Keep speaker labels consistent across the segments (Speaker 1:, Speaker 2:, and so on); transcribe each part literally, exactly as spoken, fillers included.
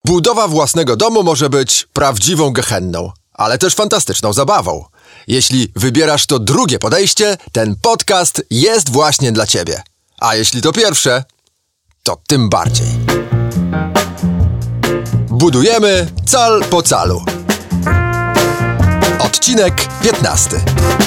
Speaker 1: Budowa własnego domu może być prawdziwą gehenną, ale też fantastyczną zabawą. Jeśli wybierasz to drugie podejście, ten podcast jest właśnie dla Ciebie. A jeśli to pierwsze, to tym bardziej. Budujemy cal po calu. Odcinek piętnasty.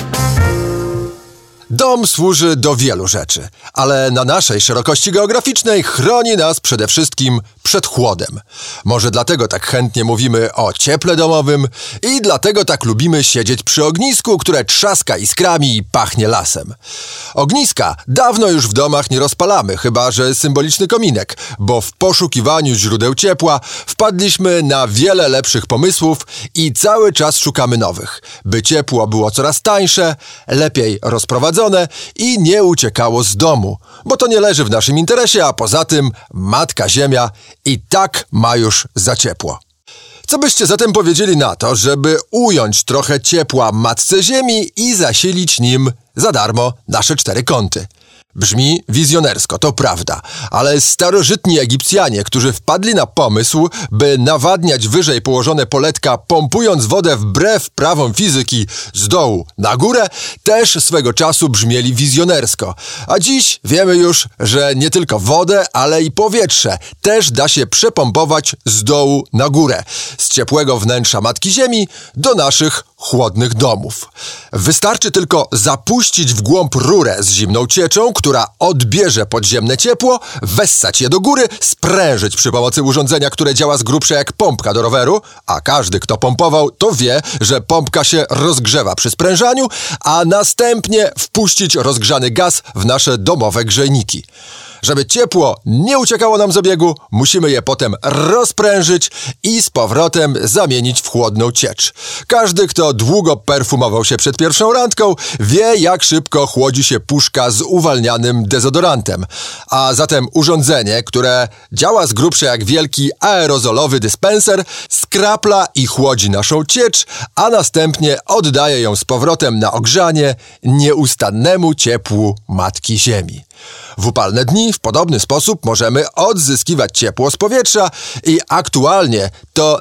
Speaker 1: Dom służy do wielu rzeczy, ale na naszej szerokości geograficznej chroni nas przede wszystkim przed chłodem. Może dlatego tak chętnie mówimy o cieple domowym i dlatego tak lubimy siedzieć przy ognisku, które trzaska iskrami i pachnie lasem. Ogniska dawno już w domach nie rozpalamy, chyba że symboliczny kominek, bo w poszukiwaniu źródeł ciepła wpadliśmy na wiele lepszych pomysłów i cały czas szukamy nowych, by ciepło było coraz tańsze, lepiej rozprowadzone i nie uciekało z domu, bo to nie leży w naszym interesie, a poza tym Matka Ziemia i tak ma już za ciepło. Co byście zatem powiedzieli na to, żeby ująć trochę ciepła Matce Ziemi i zasilić nim za darmo nasze cztery kąty? Brzmi wizjonersko, to prawda, ale starożytni Egipcjanie, którzy wpadli na pomysł, by nawadniać wyżej położone poletka, pompując wodę wbrew prawom fizyki z dołu na górę, też swego czasu brzmieli wizjonersko. A dziś wiemy już, że nie tylko wodę, ale i powietrze też da się przepompować z dołu na górę, z ciepłego wnętrza Matki Ziemi do naszych chłodnych domów. Wystarczy tylko zapuścić w głąb rurę z zimną cieczą, która odbierze podziemne ciepło, wessać je do góry, sprężyć przy pomocy urządzenia, które działa z grubsza jak pompka do roweru, a każdy, kto pompował, to wie, że pompka się rozgrzewa przy sprężaniu, a następnie wpuścić rozgrzany gaz w nasze domowe grzejniki. Żeby ciepło nie uciekało nam z obiegu, musimy je potem rozprężyć i z powrotem zamienić w chłodną ciecz. Każdy, kto długo perfumował się przed pierwszą randką, wie, jak szybko chłodzi się puszka z uwalnianym dezodorantem. A zatem urządzenie, które działa z grubsza jak wielki aerozolowy dyspenser, skrapla i chłodzi naszą ciecz, a następnie oddaje ją z powrotem na ogrzanie nieustannemu ciepłu Matki Ziemi. W upalne dni w podobny sposób możemy odzyskiwać ciepło z powietrza i aktualnie to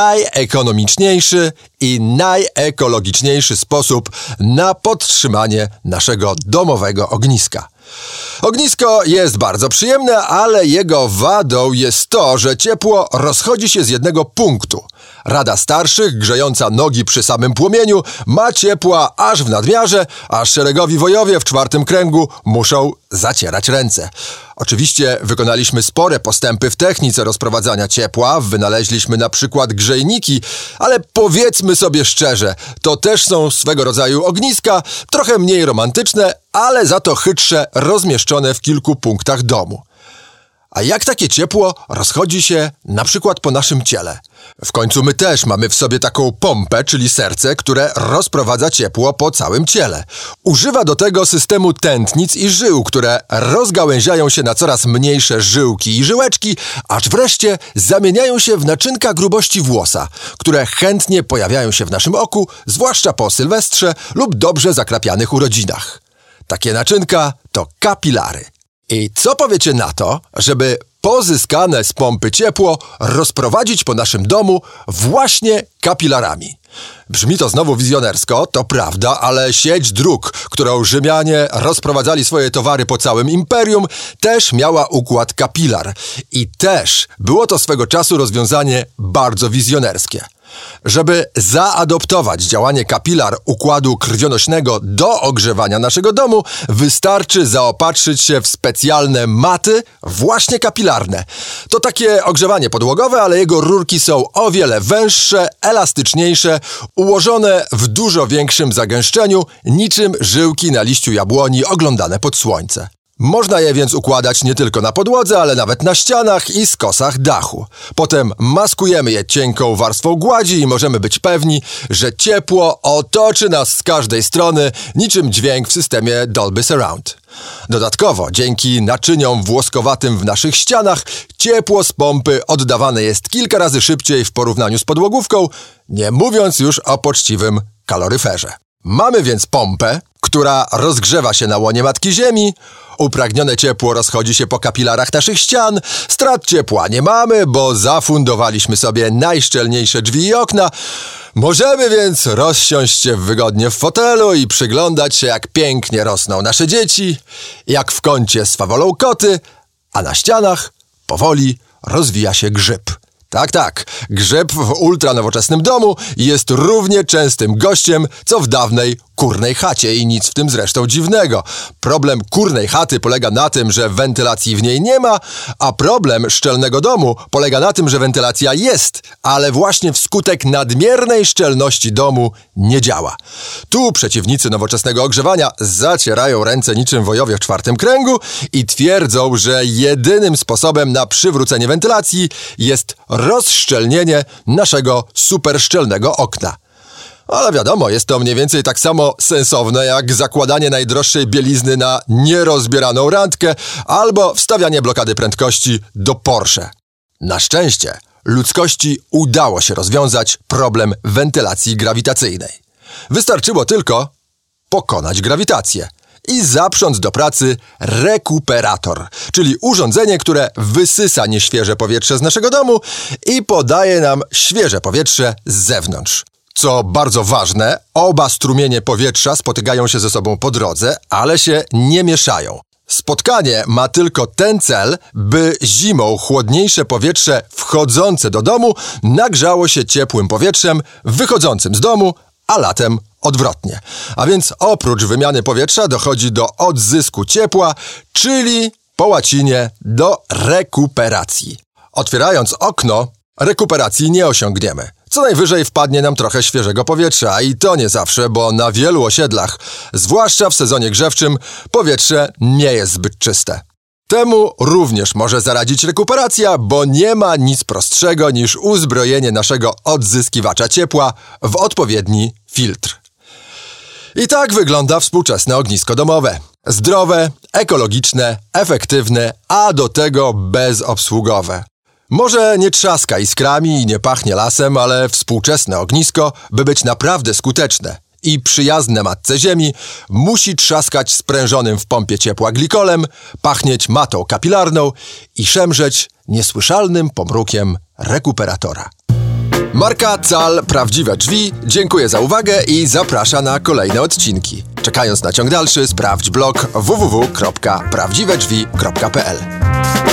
Speaker 1: najekonomiczniejszy i najekologiczniejszy sposób na podtrzymanie naszego domowego ogniska. Ognisko jest bardzo przyjemne, ale jego wadą jest to, że ciepło rozchodzi się z jednego punktu. Rada starszych, grzejąca nogi przy samym płomieniu, ma ciepła aż w nadmiarze, a szeregowi wojowie w czwartym kręgu muszą zacierać ręce. Oczywiście wykonaliśmy spore postępy w technice rozprowadzania ciepła, wynaleźliśmy na przykład grzejniki, ale powiedzmy sobie szczerze, to też są swego rodzaju ogniska, trochę mniej romantyczne, ale za to chytrze, rozmieszczone w kilku punktach domu. A jak takie ciepło rozchodzi się na przykład po naszym ciele? W końcu my też mamy w sobie taką pompę, czyli serce, które rozprowadza ciepło po całym ciele. Używa do tego systemu tętnic i żył, które rozgałęziają się na coraz mniejsze żyłki i żyłeczki, aż wreszcie zamieniają się w naczynka grubości włosa, które chętnie pojawiają się w naszym oku, zwłaszcza po Sylwestrze lub dobrze zakrapianych urodzinach. Takie naczynka to kapilary. I co powiecie na to, żeby pozyskane z pompy ciepło rozprowadzić po naszym domu właśnie kapilarami? Brzmi to znowu wizjonersko, to prawda, ale sieć dróg, którą Rzymianie rozprowadzali swoje towary po całym imperium, też miała układ kapilar. I też było to swego czasu rozwiązanie bardzo wizjonerskie. Żeby zaadoptować działanie kapilar układu krwionośnego do ogrzewania naszego domu, wystarczy zaopatrzyć się w specjalne maty, właśnie kapilarne. To takie ogrzewanie podłogowe, ale jego rurki są o wiele węższe, elastyczniejsze, ułożone w dużo większym zagęszczeniu, niczym żyłki na liściu jabłoni oglądane pod słońce. Można je więc układać nie tylko na podłodze, ale nawet na ścianach i skosach dachu. Potem maskujemy je cienką warstwą gładzi i możemy być pewni, że ciepło otoczy nas z każdej strony, niczym dźwięk w systemie Dolby Surround. Dodatkowo, dzięki naczyniom włoskowatym w naszych ścianach, ciepło z pompy oddawane jest kilka razy szybciej w porównaniu z podłogówką, nie mówiąc już o poczciwym kaloryferze. Mamy więc pompę, która rozgrzewa się na łonie Matki Ziemi, upragnione ciepło rozchodzi się po kapilarach naszych ścian, strat ciepła nie mamy, bo zafundowaliśmy sobie najszczelniejsze drzwi i okna. Możemy więc rozsiąść się wygodnie w fotelu i przyglądać się, jak pięknie rosną nasze dzieci, jak w kącie swawolą koty, a na ścianach powoli rozwija się grzyb. Tak, tak, grzyb w ultranowoczesnym domu jest równie częstym gościem, co w dawnej kurnej chacie i nic w tym zresztą dziwnego. Problem kurnej chaty polega na tym, że wentylacji w niej nie ma, a problem szczelnego domu polega na tym, że wentylacja jest, ale właśnie wskutek nadmiernej szczelności domu nie działa. Tu przeciwnicy nowoczesnego ogrzewania zacierają ręce niczym wojowie w czwartym kręgu i twierdzą, że jedynym sposobem na przywrócenie wentylacji jest rozszczelnienie naszego superszczelnego okna. Ale wiadomo, jest to mniej więcej tak samo sensowne jak zakładanie najdroższej bielizny na nierozbieraną randkę albo wstawianie blokady prędkości do Porsche. Na szczęście ludzkości udało się rozwiązać problem wentylacji grawitacyjnej. Wystarczyło tylko pokonać grawitację i zaprząc do pracy rekuperator, czyli urządzenie, które wysysa nieświeże powietrze z naszego domu i podaje nam świeże powietrze z zewnątrz. Co bardzo ważne, oba strumienie powietrza spotykają się ze sobą po drodze, ale się nie mieszają. Spotkanie ma tylko ten cel, by zimą chłodniejsze powietrze wchodzące do domu nagrzało się ciepłym powietrzem wychodzącym z domu, a latem odwrotnie. A więc oprócz wymiany powietrza dochodzi do odzysku ciepła, czyli po łacinie do rekuperacji. Otwierając okno, rekuperacji nie osiągniemy. Co najwyżej wpadnie nam trochę świeżego powietrza i to nie zawsze, bo na wielu osiedlach, zwłaszcza w sezonie grzewczym, powietrze nie jest zbyt czyste. Temu również może zaradzić rekuperacja, bo nie ma nic prostszego niż uzbrojenie naszego odzyskiwacza ciepła w odpowiedni filtr. I tak wygląda współczesne ognisko domowe. Zdrowe, ekologiczne, efektywne, a do tego bezobsługowe. Może nie trzaska iskrami i nie pachnie lasem, ale współczesne ognisko, by być naprawdę skuteczne i przyjazne Matce Ziemi, musi trzaskać sprężonym w pompie ciepła glikolem, pachnieć matą kapilarną i szemrzeć niesłyszalnym pomrukiem rekuperatora. Marka Cal Prawdziwe Drzwi dziękuję za uwagę i zaprasza na kolejne odcinki. Czekając na ciąg dalszy, sprawdź blog w w w kropka prawdziwe drzwi kropka p l.